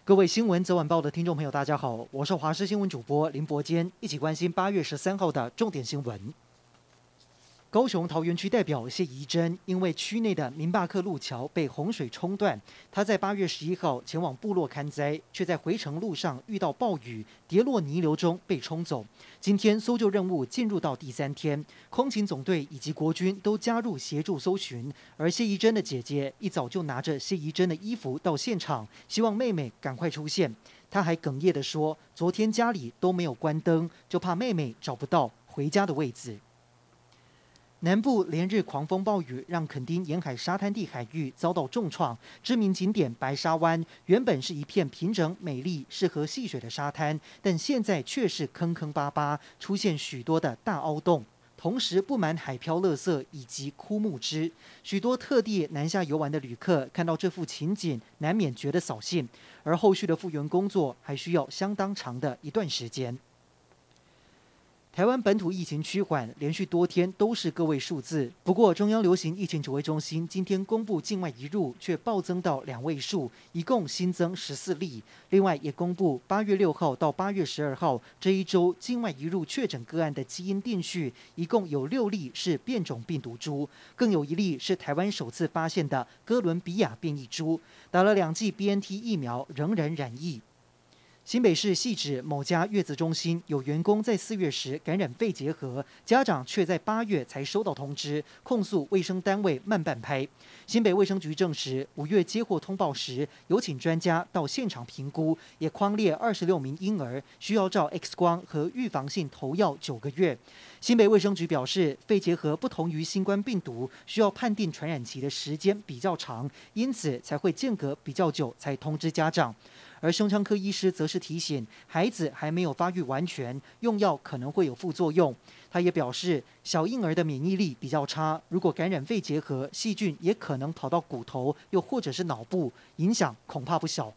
各位新闻早晚报的听众朋友，大家好，我是华视新闻主播林伯坚，一起关心8月13号的重点新闻。高雄桃园区代表谢宜珍因为区内的明霸克路桥被洪水冲断，他在8月11号前往部落看灾，却在回程路上遇到暴雨，跌落泥流中被冲走。今天搜救任务进入到第3天，空勤总队以及国军都加入协助搜寻。而谢宜珍的姐姐一早就拿着谢宜珍的衣服到现场，希望妹妹赶快出现。她还哽咽地说，昨天家里都没有关灯，就怕妹妹找不到回家的位置。南部连日狂风暴雨，让垦丁沿海沙滩地海域遭到重创。知名景点白沙湾原本是一片平整美丽、适合戏水的沙滩，但现在却是坑坑巴巴，出现许多的大凹洞，同时布满海漂垃圾以及枯木枝。许多特地南下游玩的旅客看到这幅情景，难免觉得扫兴。而后续的复原工作还需要相当长的一段时间。台湾本土疫情趋缓，连续多天都是个位数字。不过，中央流行疫情指挥中心今天公布境外移入却暴增到2位数，一共新增14例。另外，也公布8月6号到8月12号这一周境外移入确诊个案的基因定序，一共有6例是变种病毒株，更有1例是台湾首次发现的哥伦比亚变异株，打了2剂 BNT 疫苗仍然染疫。新北市汐止某家月子中心有员工在4月时感染肺结核，家长却在8月才收到通知，控诉卫生单位慢半拍。新北卫生局证实，5月接获通报时，有请专家到现场评估，也匡列26名婴儿需要照 X 光和预防性投药9个月。新北卫生局表示，肺结核不同于新冠病毒，需要判定传染期的时间比较长，因此才会间隔比较久才通知家长。而胸腔科医师则是提醒，孩子还没有发育完全，用药可能会有副作用。他也表示，小婴儿的免疫力比较差，如果感染肺结核，细菌也可能跑到骨头，又或者是脑部，影响恐怕不小。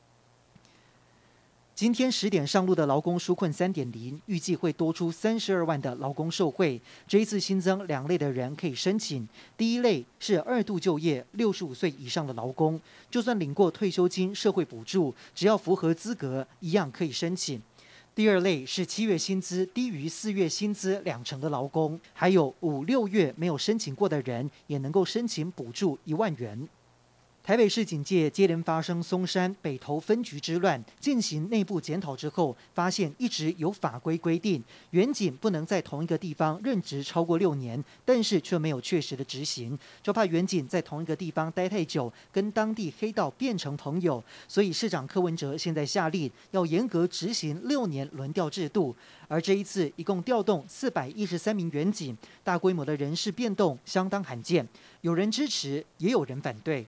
今天10点上路的劳工纾困3.0，预计会多出32万的劳工受惠。这一次新增2类的人可以申请，第一类是2度就业65岁以上的劳工，就算领过退休金、社会补助，只要符合资格，一样可以申请。第二类是7月薪资低于4月薪资20%的劳工，还有5、6月没有申请过的人，也能够申请补助1万元。台北市警界接连发生松山、北投分局之乱，进行内部检讨之后，发现一直有法规规定，员警不能在同一个地方任职超过6年，但是却没有确实的执行，就怕员警在同一个地方待太久，跟当地黑道变成朋友，所以市长柯文哲现在下令要严格执行6年轮调制度。而这一次一共调动413名员警，大规模的人事变动相当罕见，有人支持，也有人反对。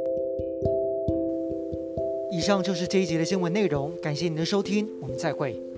以上就是这一节的新闻内容，感谢您的收听，我们再会。